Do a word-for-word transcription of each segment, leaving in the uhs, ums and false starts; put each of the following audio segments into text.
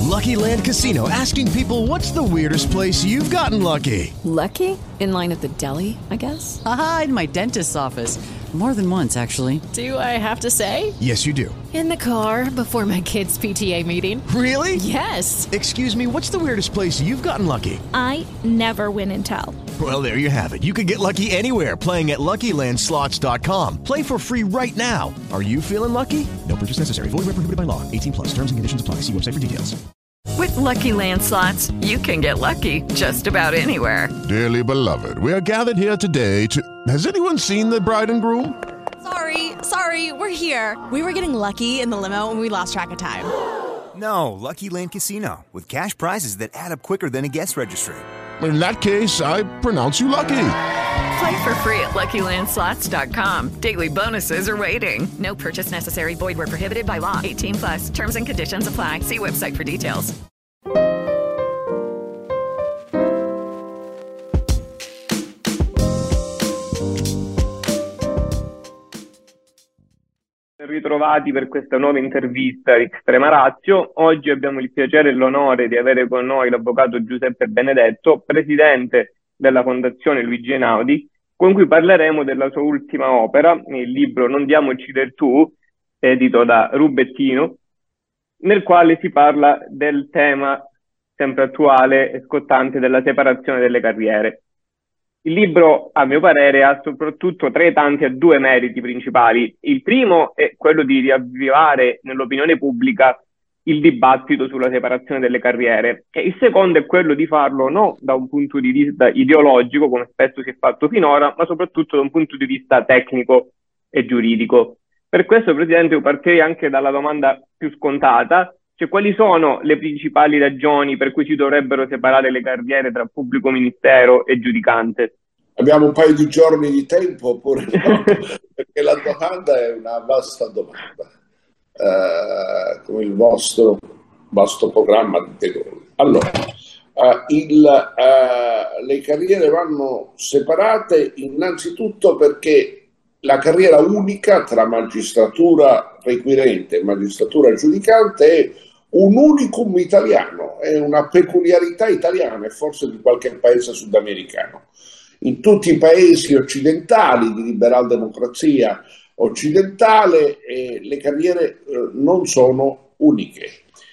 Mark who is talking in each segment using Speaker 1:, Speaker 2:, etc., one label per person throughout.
Speaker 1: Lucky Land Casino, asking people, what's the weirdest place you've gotten lucky?
Speaker 2: Lucky? In line at the deli, I guess?
Speaker 3: Aha, in my dentist's office. More than once, actually.
Speaker 2: Do I have to say?
Speaker 1: Yes, you do.
Speaker 2: In the car before my kids' P T A meeting.
Speaker 1: Really?
Speaker 2: Yes.
Speaker 1: Excuse me, what's the weirdest place you've gotten lucky?
Speaker 4: I never win and tell.
Speaker 1: Well, there you have it. You can get lucky anywhere, playing at Lucky Land Slots dot com. Play for free right now. Are you feeling lucky? No purchase necessary. Void where prohibited by law. eighteen plus. Terms and conditions apply. See website for details.
Speaker 5: With Lucky Land Slots, you can get lucky just about anywhere.
Speaker 6: Dearly beloved, we are gathered here today to... Has anyone seen the bride and groom?
Speaker 7: Sorry, sorry, we're here. We were getting lucky in the limo and we lost track of time.
Speaker 8: No, Lucky Land Casino, with cash prizes that add up quicker than a guest registry.
Speaker 6: In that case, I pronounce you lucky.
Speaker 5: Play for free at Lucky Land Slots dot com. Daily bonuses are waiting. No purchase necessary. Void where prohibited by law. eighteen plus. Terms and conditions apply. See website for details.
Speaker 9: Ritrovati per questa nuova intervista di Extrema Ratio. Oggi abbiamo il piacere e l'onore di avere con noi l'avvocato Giuseppe Benedetto, presidente della Fondazione Luigi Einaudi, con cui parleremo della sua ultima opera, il libro Non diamoci del tu, edito da Rubettino, nel quale si parla del tema sempre attuale e scottante della separazione delle carriere. Il libro, a mio parere, ha soprattutto tra i tanti ha due meriti principali. Il primo è quello di riavvivare nell'opinione pubblica il dibattito sulla separazione delle carriere, e il secondo è quello di farlo non da un punto di vista ideologico, come spesso si è fatto finora, ma soprattutto da un punto di vista tecnico e giuridico. Per questo, Presidente, io partirei anche dalla domanda più scontata, cioè quali sono le principali ragioni per cui si dovrebbero separare le carriere tra pubblico ministero e giudicante?
Speaker 10: Abbiamo un paio di giorni di tempo oppure no? Perché la domanda è una vasta domanda, eh, come il vostro vasto programma di De Gaulle. Allora, eh, il, eh, le carriere vanno separate innanzitutto perché la carriera unica tra magistratura requirente e magistratura giudicante è un unicum italiano, è una peculiarità italiana e forse di qualche paese sudamericano. In tutti i paesi occidentali di liberal democrazia occidentale eh, le carriere eh, non sono uniche,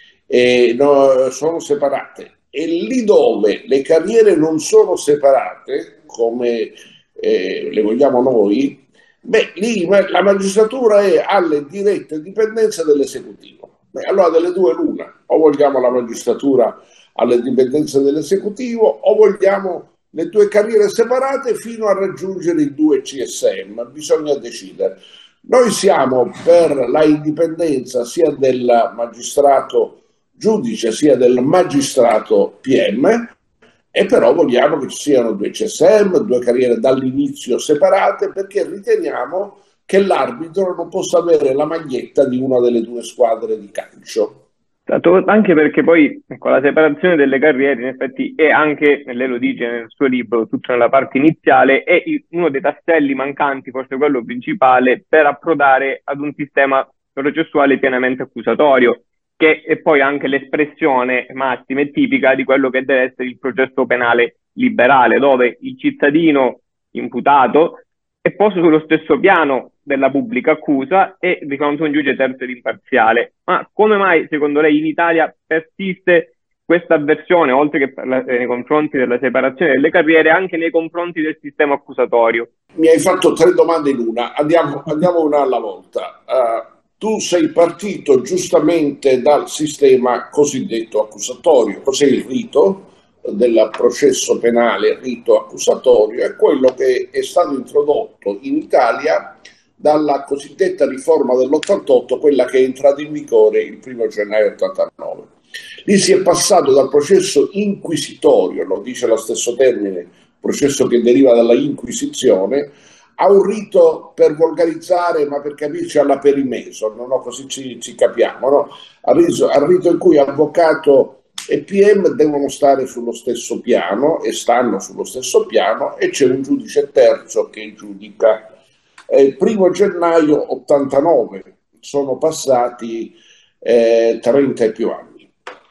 Speaker 10: eh, no, sono separate, e lì dove le carriere non sono separate, come eh, le vogliamo noi, beh, lì la magistratura è alle dirette dipendenze dell'esecutivo. Beh, allora delle due l'una, o vogliamo la magistratura alle dipendenze dell'esecutivo o vogliamo le due carriere separate fino a raggiungere i due C S M, bisogna decidere. Noi siamo per la indipendenza sia del magistrato giudice sia del magistrato P M, e però vogliamo che ci siano due C S M, due carriere dall'inizio separate, perché riteniamo che l'arbitro non possa avere la maglietta di una delle due squadre di calcio.
Speaker 9: Anche perché poi ecco, la separazione delle carriere in effetti è anche, lei lo dice nel suo libro, tutto nella parte iniziale, è uno dei tasselli mancanti, forse quello principale, per approdare ad un sistema processuale pienamente accusatorio, che è poi anche l'espressione massima e tipica di quello che deve essere il processo penale liberale, dove il cittadino imputato è posto sullo stesso piano della pubblica accusa e di fronte a un giudice terzo ed imparziale. Ma come mai, secondo lei, in Italia persiste questa avversione, oltre che per la, eh, nei confronti della separazione delle carriere, anche nei confronti del sistema accusatorio?
Speaker 10: Mi hai fatto tre domande in una, andiamo, andiamo una alla volta. Uh, tu sei partito giustamente dal sistema cosiddetto accusatorio. Cos'è il rito del processo penale? Il rito accusatorio è quello che è stato introdotto in Italia dalla cosiddetta riforma dell'ottantotto, quella che è entrata in vigore il primo gennaio ottantanove. Lì si è passato dal processo inquisitorio, lo dice lo stesso termine, processo che deriva dalla Inquisizione, a un rito, per volgarizzare, ma per capirci, alla perimeso, no? Così ci, ci capiamo, no? Al rito, al rito in cui avvocato e P M devono stare sullo stesso piano, e stanno sullo stesso piano, e c'è un giudice terzo che giudica. Il primo gennaio ottantanove, sono passati eh, trenta e più anni,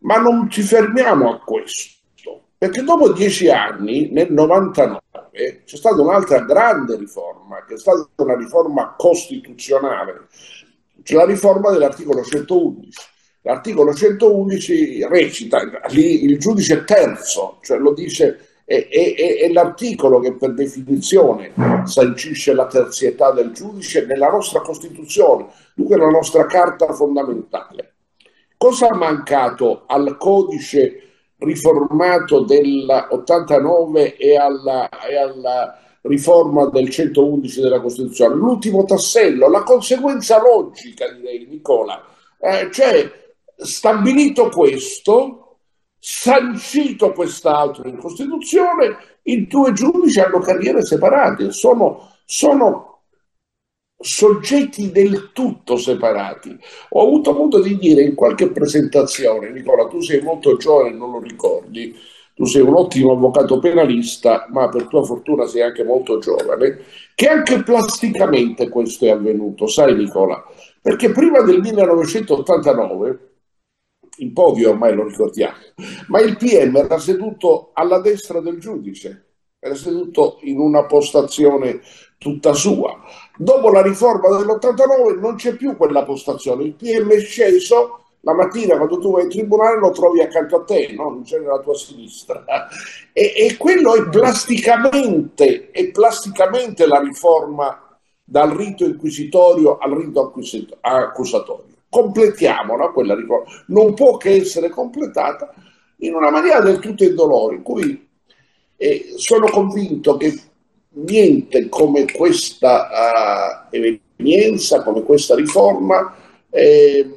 Speaker 10: Ma non ci fermiamo a questo, perché dopo dieci anni, nel novantanove, c'è stata un'altra grande riforma, che è stata una riforma costituzionale, cioè la riforma dell'articolo centoundici. L'articolo centoundici recita, lì il giudice terzo, cioè lo dice, è, è, è l'articolo che per definizione sancisce la terzietà del giudice nella nostra Costituzione, dunque nella nostra Carta fondamentale. Cosa ha mancato al codice riformato dell'ottantanove e alla, e alla riforma del centoundici della Costituzione? L'ultimo tassello, la conseguenza logica, direi, Nicola. Eh, cioè, stabilito questo, sancito quest'altro in Costituzione, i due giudici hanno carriere separate, sono, sono soggetti del tutto separati. Ho avuto modo di dire in qualche presentazione, Nicola, tu sei molto giovane, non lo ricordi, tu sei un ottimo avvocato penalista, ma per tua fortuna sei anche molto giovane, che anche plasticamente questo è avvenuto, sai Nicola? Perché prima del millenovecentottantanove, in pochi ormai lo ricordiamo, ma il P M era seduto alla destra del giudice, era seduto in una postazione tutta sua. Dopo la riforma dell'ottantanove non c'è più quella postazione, il P M è sceso, la mattina quando tu vai in tribunale lo trovi accanto a te, no? Non c'è nella tua sinistra. E, e quello è plasticamente, è plasticamente la riforma dal rito inquisitorio al rito accusatorio. Completiamola quella riforma, non può che essere completata in una maniera del tutto indolore, in cui eh, sono convinto che niente come questa uh, evenienza, come questa riforma, eh,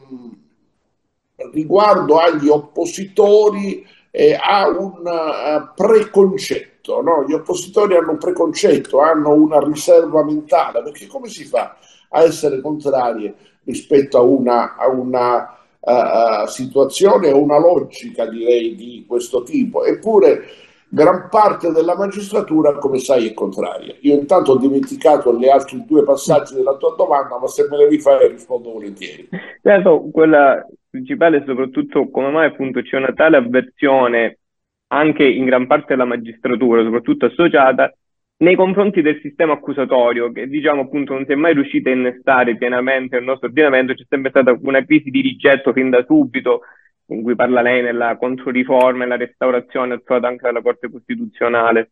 Speaker 10: riguardo agli oppositori eh, ha un uh, preconcetto, no? Gli oppositori hanno un preconcetto, hanno una riserva mentale, perché come si fa a essere contrarie rispetto a una, a una uh, situazione, a una logica, direi, di questo tipo? Eppure gran parte della magistratura, come sai, è contraria. Io intanto ho dimenticato gli altri due passaggi della tua domanda, ma se me le rifai rispondo volentieri.
Speaker 9: Certo, quella principale è soprattutto come mai appunto c'è una tale avversione anche in gran parte della magistratura, soprattutto associata, nei confronti del sistema accusatorio, che diciamo appunto non si è mai riuscita a innestare pienamente nel nostro ordinamento. C'è sempre stata una crisi di rigetto fin da subito, in cui parla lei nella controriforma e la restaurazione attuata anche dalla Corte Costituzionale.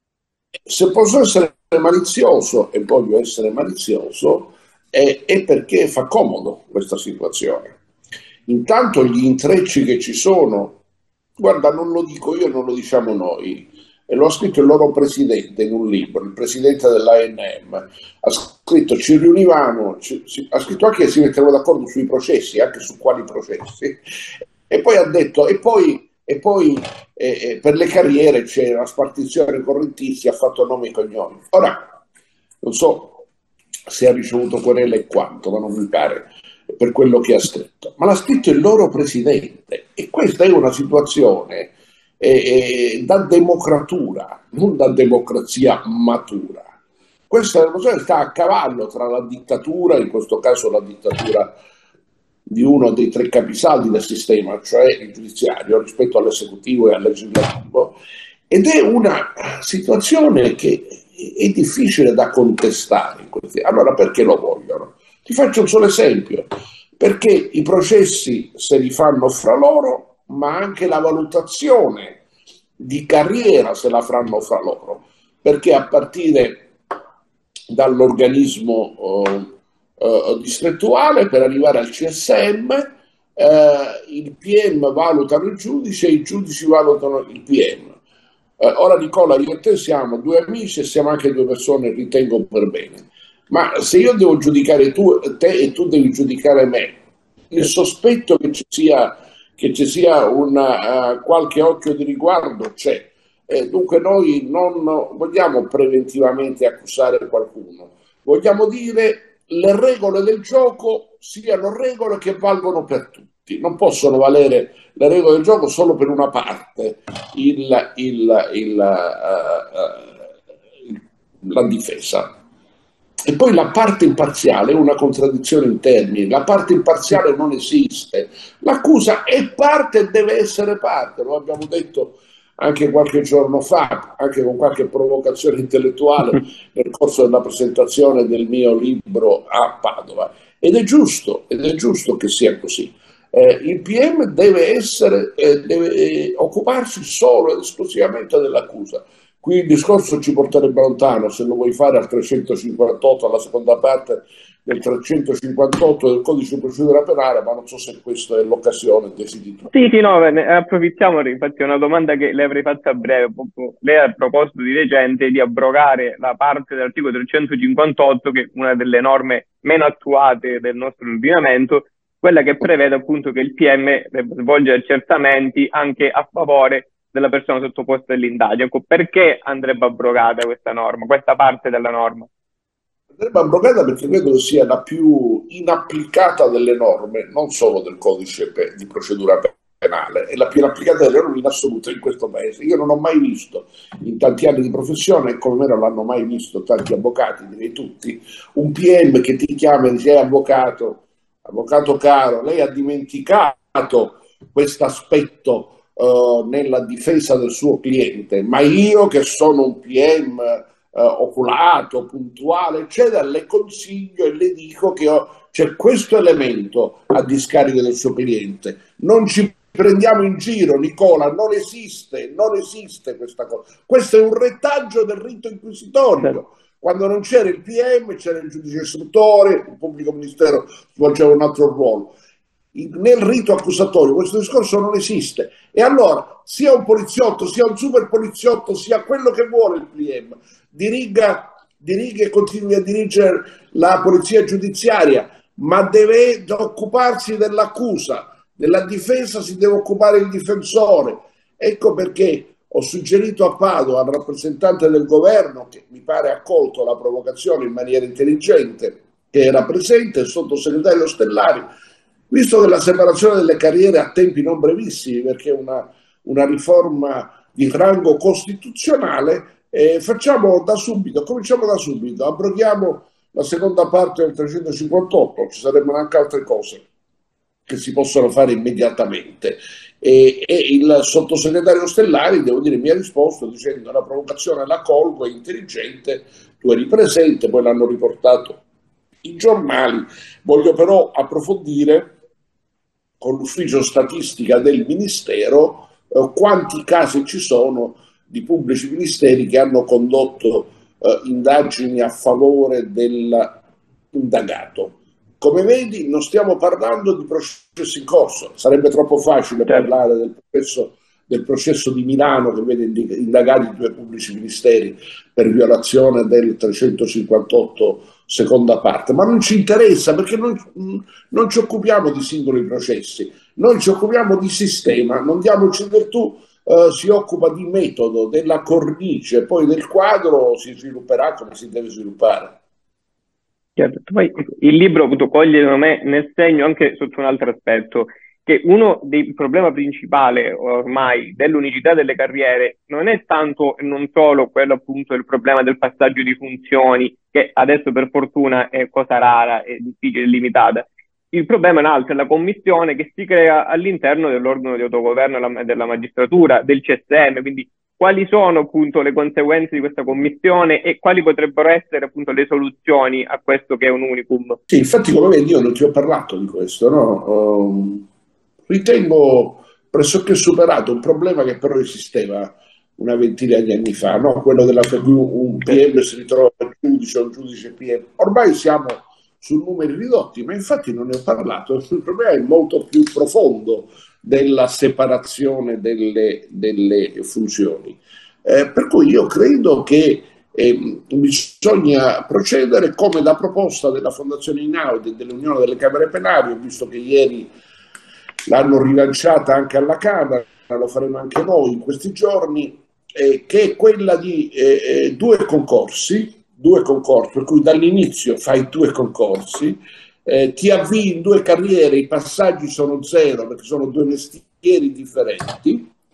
Speaker 10: Se posso essere malizioso, e voglio essere malizioso, è, è perché fa comodo questa situazione. Intanto gli intrecci che ci sono, guarda, non lo dico io, non lo diciamo noi, e lo ha scritto il loro presidente in un libro, il presidente dell'A N M, ha scritto ci riunivamo, ci, ci, ha scritto anche che si mettevano d'accordo sui processi, anche su quali processi, e poi ha detto, e poi, e poi eh, per le carriere c'è la spartizione correntizia, ha fatto nome e cognomi. Ora, non so se ha ricevuto querela e quanto, ma non mi pare, per quello che ha scritto, ma l'ha scritto il loro presidente, e questa è una situazione eh, da democratura, non da democrazia matura. Questa è una cosa che sta a cavallo tra la dittatura, in questo caso la dittatura di uno dei tre capisaldi del sistema, cioè il giudiziario, rispetto all'esecutivo e al legislativo, ed è una situazione che è difficile da contestare. Allora perché lo vogliono? Ti faccio un solo esempio, perché i processi se li fanno fra loro, ma anche la valutazione di carriera se la faranno fra loro, perché a partire dall'organismo uh, uh, distrettuale per arrivare al C S M, uh, il P M valutano il giudice e i giudici valutano il P M. Uh, ora Nicola, io e te siamo due amici e siamo anche due persone, ritengo per bene, ma se io devo giudicare tu, te e tu devi giudicare me, il sospetto che ci sia, che ci sia una, uh, qualche occhio di riguardo c'è. Eh, dunque noi non vogliamo preventivamente accusare qualcuno, vogliamo dire le regole del gioco siano regole che valgono per tutti, non possono valere le regole del gioco solo per una parte, il, il, il, uh, uh, la difesa. E poi la parte imparziale è una contraddizione in termini, la parte imparziale non esiste, l'accusa è parte e deve essere parte, lo abbiamo detto anche qualche giorno fa, anche con qualche provocazione intellettuale nel corso della presentazione del mio libro a Padova, ed è giusto, ed è giusto che sia così. Eh, il P M deve essere, eh, deve eh, occuparsi solo ed esclusivamente dell'accusa. Qui il discorso ci porterebbe lontano, se lo vuoi fare al trecentocinquantotto, alla seconda parte del trecentocinquantotto del codice di procedura penale, ma non so se questa è l'occasione desideraria.
Speaker 9: Sì, sì, no, ne approfittiamo, infatti è una domanda che le avrei fatto a breve. Lei ha proposto di recente di abrogare la parte dell'articolo trecentocinquantotto, che è una delle norme meno attuate del nostro ordinamento, quella che prevede appunto che il P M svolge accertamenti anche a favore della persona sottoposta all'indagine. Ecco, perché andrebbe abrogata questa norma, questa parte della norma?
Speaker 10: Andrebbe abrogata perché credo che sia la più inapplicata delle norme, non solo del codice di procedura penale, è la più inapplicata delle norme in assoluto in questo paese. Io non ho mai visto, in tanti anni di professione, e come me non l'hanno mai visto tanti avvocati, direi tutti, un P M che ti chiama e dice: avvocato, avvocato caro, lei ha dimenticato questo aspetto Uh, nella difesa del suo cliente, ma io che sono un P M uh, oculato, puntuale, eccetera, le consiglio e le dico che ho, c'è questo elemento a discarico del suo cliente. Non ci prendiamo in giro, Nicola, non esiste, non esiste questa cosa. Questo è un retaggio del rito inquisitorio. Quando non c'era il P M c'era il giudice istruttore, il pubblico ministero svolgeva un altro ruolo. Nel rito accusatorio questo discorso non esiste, e allora sia un poliziotto, sia un super poliziotto, sia quello che vuole il P M diriga, diriga e continui a dirigere la polizia giudiziaria, ma deve occuparsi dell'accusa, della difesa si deve occupare il difensore. Ecco perché ho suggerito a Padova al rappresentante del governo, che mi pare ha accolto la provocazione in maniera intelligente, che era presente, il sottosegretario Ostellari, visto che la separazione delle carriere a tempi non brevissimi, perché è una, una riforma di rango costituzionale, eh, facciamo da subito, cominciamo da subito, abroghiamo la seconda parte del trecentocinquantotto, ci sarebbero anche altre cose che si possono fare immediatamente. E, e il sottosegretario Ostellari, devo dire, mi ha risposto dicendo: la provocazione la colgo, è intelligente, tu eri presente, poi l'hanno riportato i giornali. Voglio però approfondire con l'ufficio statistica del Ministero eh, quanti casi ci sono di pubblici ministeri che hanno condotto eh, indagini a favore dell'indagato. Come vedi, non stiamo parlando di processi in corso, sarebbe troppo facile parlare del processo, del processo di Milano che vede indagati due pubblici ministeri per violazione del trecentocinquantotto seconda parte, ma non ci interessa perché noi non ci occupiamo di singoli processi, noi ci occupiamo di sistema, non diamoci virtù, eh, si occupa di metodo, della cornice, poi del quadro si svilupperà come si deve sviluppare.
Speaker 9: Certo. Poi il libro appunto coglie secondo me nel segno anche sotto un altro aspetto, che uno dei problemi principali ormai dell'unicità delle carriere non è tanto e non solo quello appunto del problema del passaggio di funzioni, che adesso per fortuna è cosa rara e difficile e limitata. Il problema è un altro, è la commissione che si crea all'interno dell'organo di autogoverno della magistratura, del C S M, quindi quali sono appunto le conseguenze di questa commissione e quali potrebbero essere appunto le soluzioni a questo che è un unicum?
Speaker 10: Sì, infatti come vedi io non ti ho parlato di questo, no? Um... Ritengo pressoché superato un problema che però esisteva una ventina di anni fa, no? Quello della per cui un P M si ritrova il giudice o un giudice P M. Ormai siamo su numeri ridotti, ma infatti non ne ho parlato. Il problema è molto più profondo della separazione delle, delle funzioni. Eh, per cui io credo che eh, bisogna procedere come da proposta della Fondazione Einaudi e dell'Unione delle Camere Penali. Ho visto che ieri l'hanno rilanciata anche alla Camera, lo faremo anche noi in questi giorni, eh, che è quella di eh, due concorsi, due concorsi, per cui dall'inizio fai due concorsi, eh, ti avvii in due carriere, i passaggi sono zero perché sono due mestieri differenti,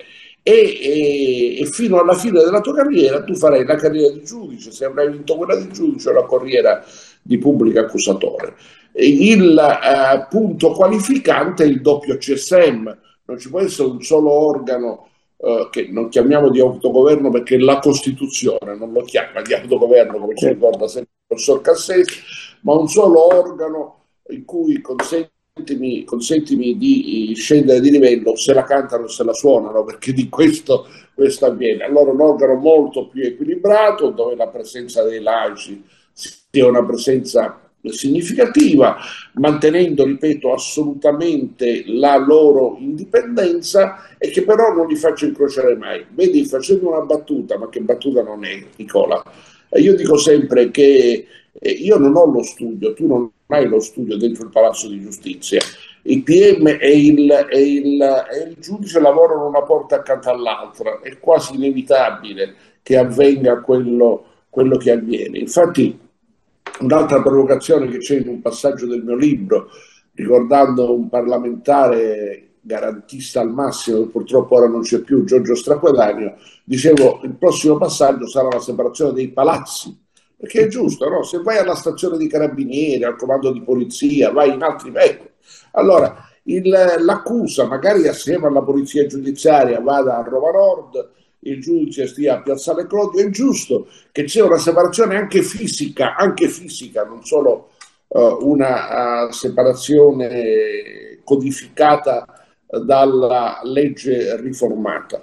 Speaker 10: e, e, e fino alla fine della tua carriera tu farai la carriera di giudice, se avrai vinto quella di giudice o la carriera di pubblico accusatore. Il eh, punto qualificante è il doppio C S M, non ci può essere un solo organo eh, che non chiamiamo di autogoverno perché la Costituzione non lo chiama di autogoverno, come ci ricorda sempre il professor Cassese, ma un solo organo in cui consentimi, consentimi di scendere di livello se la cantano o se la suonano, perché di questo, questo avviene. Allora un organo molto più equilibrato, dove la presenza dei laici sia una presenza significativa, mantenendo, ripeto, assolutamente la loro indipendenza, e che però non li faccio incrociare mai. Vedi, facendo una battuta, ma che battuta non è, Nicola? Io dico sempre che io non ho lo studio, tu non hai lo studio dentro il Palazzo di Giustizia. Il P M e il, e il, e il giudice lavorano una porta accanto all'altra, è quasi inevitabile che avvenga quello, quello che avviene. Infatti, un'altra provocazione che c'è in un passaggio del mio libro, ricordando un parlamentare garantista al massimo, che purtroppo ora non c'è più, Giorgio Stracodaneo, dicevo il prossimo passaggio sarà la separazione dei palazzi, perché è giusto, no? Se vai alla stazione di carabinieri, al comando di polizia, vai in altri... Ecco, allora il, l'accusa magari assieme alla polizia giudiziaria vada a Roma Nord, il giudice stia a Piazzale Clodio, è giusto che c'è una separazione anche fisica, anche fisica, non solo uh, una uh, separazione codificata dalla legge riformata.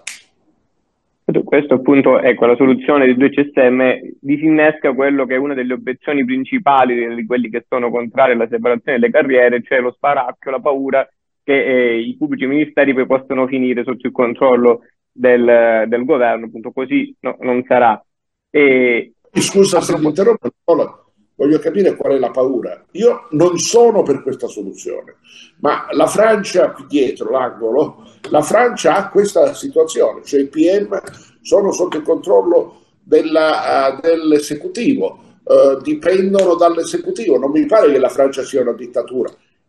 Speaker 9: Questo appunto, ecco, la soluzione dei due C S M disinnesca quello che è una delle obiezioni principali di quelli che sono contrari alla separazione delle carriere, cioè lo spauracchio, la paura che eh, i pubblici ministeri poi possano finire sotto il controllo del, del governo, appunto così no, non sarà. E,
Speaker 10: Scusa se mi interrompo, voglio capire qual è la paura. Io non sono per questa soluzione, ma la Francia qui dietro l'angolo, la Francia ha questa situazione, cioè i P M sono sotto il controllo della, uh, dell'esecutivo, uh, dipendono dall'esecutivo. Non mi pare che la Francia sia una dittatura.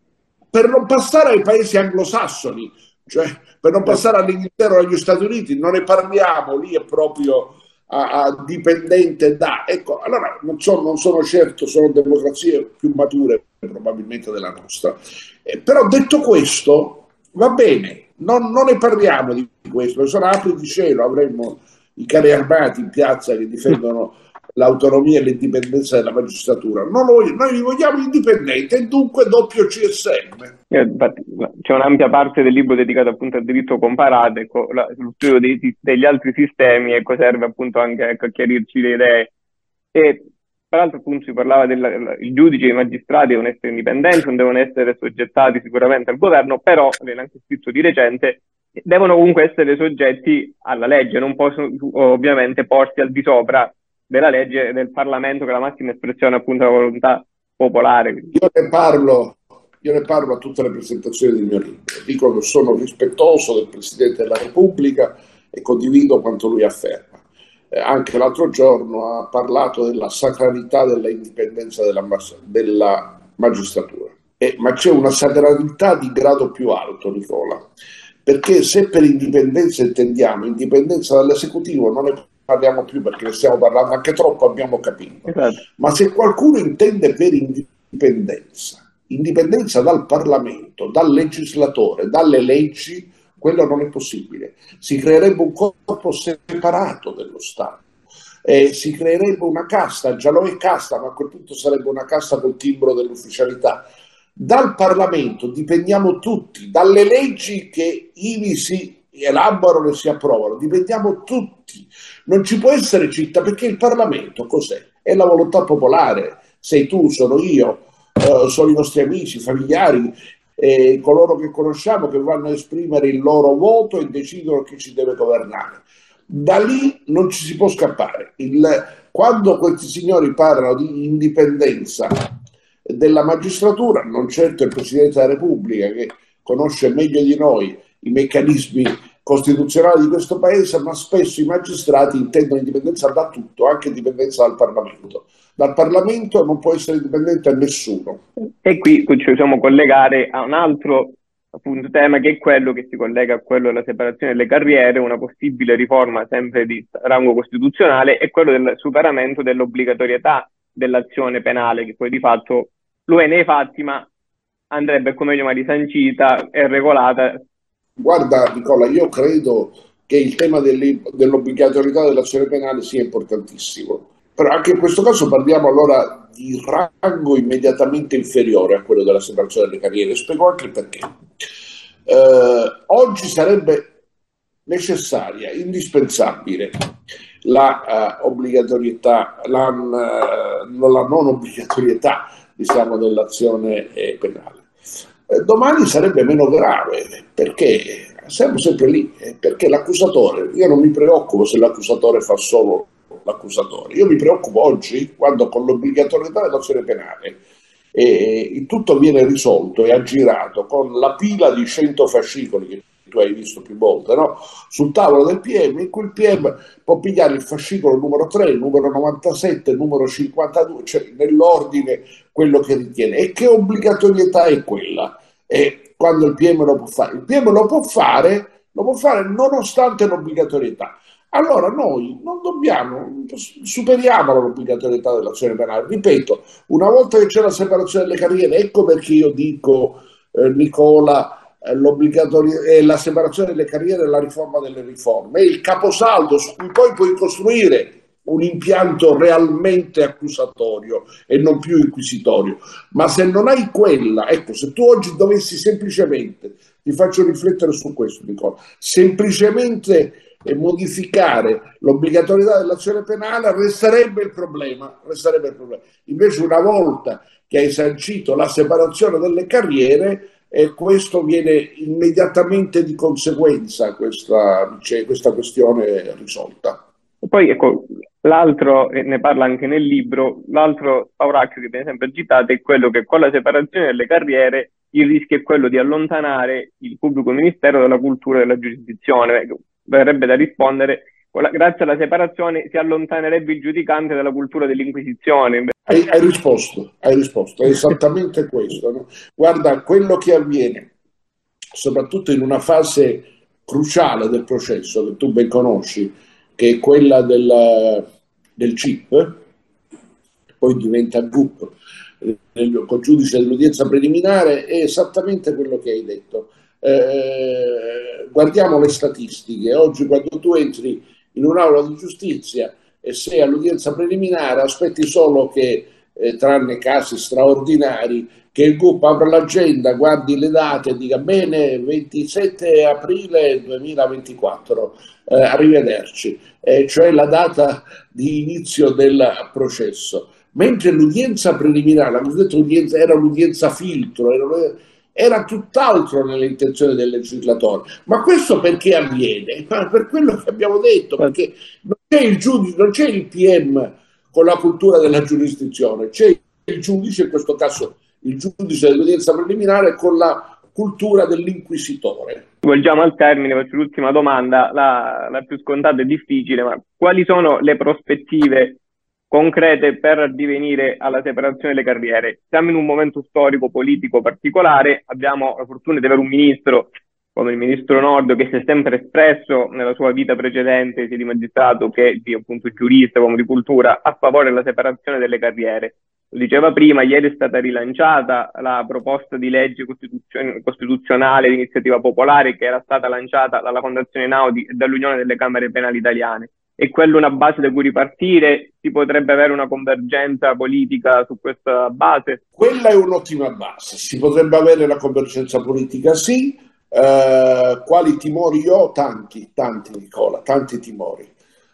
Speaker 10: Per non passare ai paesi anglosassoni, cioè per non passare all'Inghilterra o agli Stati Uniti, non ne parliamo, lì è proprio a, a dipendente da... Ecco, allora non, so, non sono certo, sono democrazie più mature probabilmente della nostra. Eh, però detto questo, va bene, non, non ne parliamo di questo, se no apri di cielo, avremmo i carri armati in piazza che difendono l'autonomia e l'indipendenza della magistratura. Non lo, noi li vogliamo indipendenti e dunque doppio C S M.
Speaker 9: Eh, infatti, c'è un'ampia parte del libro dedicato appunto al diritto comparato, ecco, la, lo studio dei, degli altri sistemi, ecco, serve appunto anche ecco, a chiarirci le idee. E tra l'altro appunto si parlava del il giudice e i magistrati devono essere indipendenti, non devono essere soggettati sicuramente al governo, però, viene anche scritto di recente, devono comunque essere soggetti alla legge, non possono ovviamente porsi al di sopra della legge del Parlamento, che è la massima espressione appunto della volontà popolare.
Speaker 10: Io ne parlo, io ne parlo a tutte le presentazioni del mio libro, dico che sono rispettoso del Presidente della Repubblica e condivido quanto lui afferma. Eh, anche l'altro giorno ha parlato della sacralità della indipendenza della, della magistratura, eh, ma c'è una sacralità di grado più alto, Nicola, perché se per indipendenza intendiamo indipendenza dall'esecutivo non è parliamo più perché ne stiamo parlando anche troppo, abbiamo capito. Esatto. Ma se qualcuno intende per indipendenza, indipendenza dal Parlamento, dal legislatore, dalle leggi, quello non è possibile. Si creerebbe un corpo separato dello Stato, eh, si creerebbe una casta, già lo è casta, ma a quel punto sarebbe una casta col timbro dell'ufficialità. Dal Parlamento dipendiamo tutti, dalle leggi che ivi si elaborano e si approvano, dipendiamo tutti. Non ci può essere città, perché il Parlamento cos'è? È la volontà popolare. Sei tu, sono io, eh, sono i nostri amici, familiari, eh, coloro che conosciamo che vanno a esprimere il loro voto e decidono chi ci deve governare. Da lì non ci si può scappare. Il, quando questi signori parlano di indipendenza della magistratura, non certo il Presidente della Repubblica, che conosce meglio di noi i meccanismi costituzionali di questo paese, ma spesso i magistrati intendono indipendenza da tutto, anche indipendenza dal Parlamento. Dal Parlamento non può essere indipendente a nessuno.
Speaker 9: E qui ci possiamo collegare a un altro appunto tema che è quello che si collega a quello della separazione delle carriere, una possibile riforma sempre di rango costituzionale, e quello del superamento dell'obbligatorietà dell'azione penale, che poi di fatto lo è nei fatti, ma andrebbe come meglio risancita e regolata.
Speaker 10: Guarda Nicola, io credo che il tema dell'obbligatorietà dell'azione penale sia importantissimo, però anche in questo caso parliamo allora di rango immediatamente inferiore a quello della separazione delle carriere. Spiego anche perché. Eh, oggi sarebbe necessaria, indispensabile la uh, obbligatorietà, la, uh, la non obbligatorietà, diciamo, dell'azione eh, penale. Eh, domani sarebbe meno grave, perché siamo sempre lì, eh, perché l'accusatore, io non mi preoccupo se l'accusatore fa solo l'accusatore, io mi preoccupo oggi quando con l'obbligatorietà dell'azione penale e, e tutto viene risolto e aggirato con la pila di cento fascicoli che tu hai visto più volte, no? Sul tavolo del P M, in cui il P M può pigliare il fascicolo numero tre, il numero novantasette, il numero cinquantadue, cioè nell'ordine quello che ritiene. E che obbligatorietà è quella? E quando il P M lo può fare? Il P M lo può fare, lo può fare nonostante l'obbligatorietà. Allora noi non dobbiamo, superiamo l'obbligatorietà dell'azione penale. Ripeto, una volta che c'è la separazione delle carriere, ecco perché io dico, eh, Nicola, eh, la separazione delle carriere e la riforma delle riforme, è il caposaldo su cui poi puoi costruire un impianto realmente accusatorio e non più inquisitorio. Ma se non hai quella, ecco, se tu oggi dovessi semplicemente, ti faccio riflettere su questo, Nicola, semplicemente e modificare l'obbligatorietà dell'azione penale, resterebbe il problema, resterebbe il problema. Invece una volta che hai sancito la separazione delle carriere, eh, questo viene immediatamente di conseguenza questa, cioè, questa questione risolta.
Speaker 9: E poi ecco, l'altro, e ne parla anche nel libro, l'altro spauracchio che viene sempre citato è quello che con la separazione delle carriere il rischio è quello di allontanare il pubblico ministero dalla cultura della giurisdizione. Verrebbe da rispondere, grazie alla separazione si allontanerebbe il giudicante dalla cultura dell'inquisizione.
Speaker 10: Hai, hai risposto, hai risposto, è esattamente questo. No? Guarda, quello che avviene, soprattutto in una fase cruciale del processo, che tu ben conosci, che è quella del, del C I P, poi diventa G U P, col giudice dell'udienza preliminare, è esattamente quello che hai detto. Eh, guardiamo le statistiche. Oggi quando tu entri in un'aula di giustizia e sei all'udienza preliminare, aspetti solo che, eh, tranne casi straordinari, che il G U P apra l'agenda, guardi le date e dica bene, ventisette aprile duemilaventiquattro, eh, arrivederci, eh, cioè la data di inizio del processo. Mentre l'udienza preliminare, la cosiddetta udienza, era l'udienza filtro, era era tutt'altro nelle intenzioni del legislatore. Ma questo perché avviene? Ma per quello che abbiamo detto, perché non c'è il giudice, non c'è il P M con la cultura della giurisdizione, c'è il giudice, in questo caso il giudice dell'udienza preliminare, con la cultura dell'inquisitore.
Speaker 9: Volgiamo al termine, faccio l'ultima domanda, la, la più scontata e difficile, ma quali sono le prospettive concrete per addivenire alla separazione delle carriere? Siamo in un momento storico politico particolare, abbiamo la fortuna di avere un ministro come il ministro Nordio che si è sempre espresso nella sua vita precedente sia di magistrato che di appunto giurista, come di cultura, a favore della separazione delle carriere. Lo diceva prima, ieri è stata rilanciata la proposta di legge costituzion- costituzionale di iniziativa popolare che era stata lanciata dalla Fondazione Einaudi e dall'Unione delle Camere Penali Italiane. È quello una base da cui ripartire? Si potrebbe avere una convergenza politica su questa base?
Speaker 10: Quella è un'ottima base, si potrebbe avere una convergenza politica, sì. Eh, quali timori io ho? Tanti, tanti Nicola, tanti timori.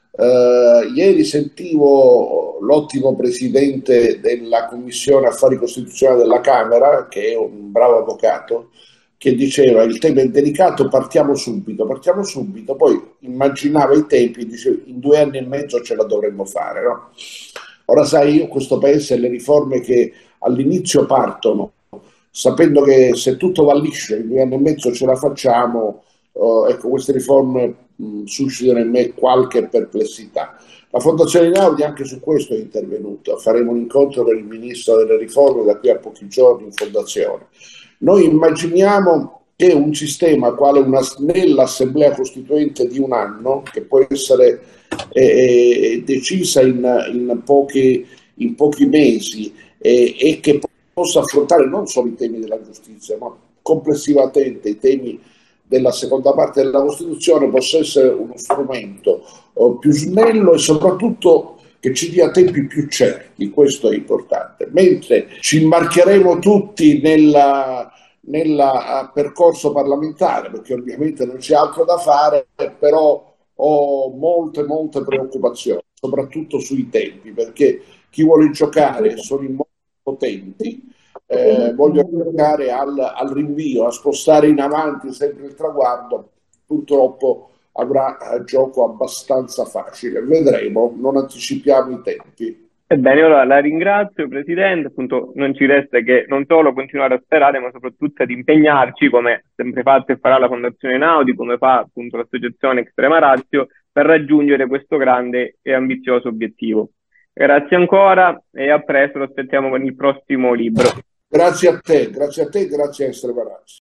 Speaker 10: Eh, ieri sentivo l'ottimo presidente della Commissione Affari Costituzionali della Camera, che è un bravo avvocato, che diceva il tema è delicato, partiamo subito, partiamo subito, poi immaginava i tempi, diceva in due anni e mezzo ce la dovremmo fare, no? Ora sai, io questo paese, le riforme che all'inizio partono, sapendo che se tutto va liscio in due anni e mezzo ce la facciamo, uh, ecco, queste riforme mh, suscitano in me qualche perplessità. La Fondazione Einaudi anche su questo è intervenuta, faremo un incontro con il Ministro delle Riforme da qui a pochi giorni in Fondazione. Noi immaginiamo che un sistema quale una snella assemblea costituente di un anno, che può essere eh, decisa in, in, pochi, in pochi mesi eh, e che possa affrontare non solo i temi della giustizia, ma complessivamente i temi della seconda parte della Costituzione, possa essere uno strumento oh, più snello e soprattutto che ci dia tempi più certi. Questo è importante. Mentre ci imbarcheremo tutti nella nel percorso parlamentare, perché ovviamente non c'è altro da fare, però ho molte molte preoccupazioni, soprattutto sui tempi, perché chi vuole giocare sono i molto potenti, eh, vogliono giocare al, al rinvio, a spostare in avanti sempre il traguardo, purtroppo avrà eh, gioco abbastanza facile. Vedremo, non anticipiamo i tempi.
Speaker 9: Ebbene, allora la ringrazio Presidente, appunto non ci resta che non solo continuare a sperare, ma soprattutto ad impegnarci, come ha sempre fatto e farà la Fondazione Einaudi, come fa appunto l'associazione Extrema Ratio, per raggiungere questo grande e ambizioso obiettivo. Grazie ancora e a presto, lo aspettiamo con il prossimo libro.
Speaker 10: Grazie a te, grazie a te, grazie a Extrema Ratio.